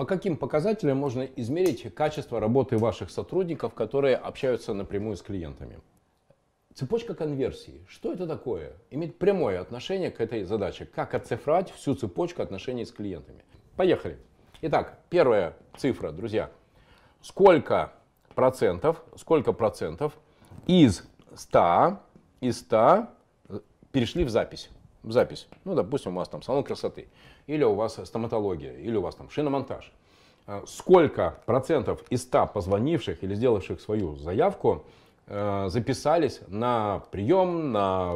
По каким показателям можно измерить качество работы ваших сотрудников, которые общаются напрямую с клиентами? Цепочка конверсии. Что это такое? Имеет прямое отношение к этой задаче. Как оцифровать всю цепочку отношений с клиентами? Поехали. Итак, первая цифра, друзья. Сколько процентов из 100 перешли в запись? Ну, допустим, у вас там салон красоты, или у вас стоматология, или у вас там шиномонтаж. Сколько процентов из 100 позвонивших или сделавших свою заявку записались на прием,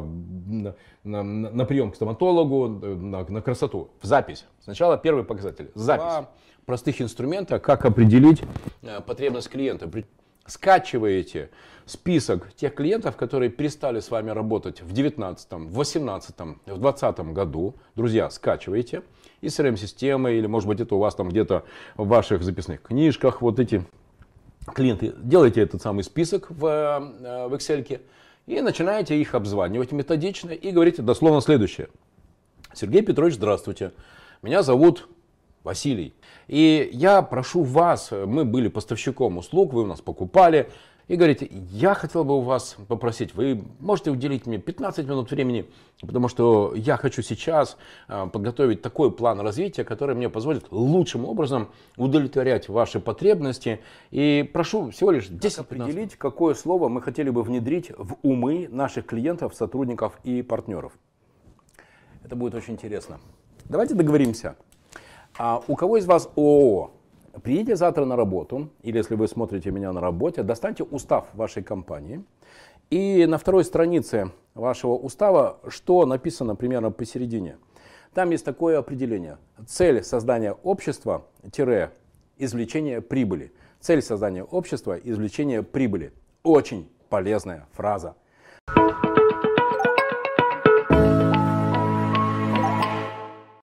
на прием к стоматологу, на красоту, в запись? Сначала первый показатель. Запись. Два простых инструмента, как определить потребность клиента. Скачиваете список тех клиентов, которые перестали с вами работать в 2019, в 2018, в 2020 году. Друзья, скачиваете из CRM-системы, или может быть это у вас там где-то в ваших записных книжках. Вот эти клиенты, делайте этот самый список в Excel и начинаете их обзванивать методично и говорите дословно следующее. Сергей Петрович, здравствуйте. Меня зовут Василий. И я прошу вас, мы были поставщиком услуг, вы у нас покупали. И говорите, я хотел бы у вас попросить, вы можете уделить мне 15 минут времени, потому что я хочу сейчас подготовить такой план развития, который мне позволит лучшим образом удовлетворять ваши потребности. И прошу всего лишь 10 определить, какое слово мы хотели бы внедрить в умы наших клиентов, сотрудников и партнеров. Это будет очень интересно. Давайте договоримся. У кого из вас ООО? Приедете завтра на работу, или если вы смотрите меня на работе, достаньте устав вашей компании. И на второй странице вашего устава, что написано примерно посередине. Там есть такое определение. Цель создания общества – извлечение прибыли. Цель создания общества – извлечение прибыли. Очень полезная фраза.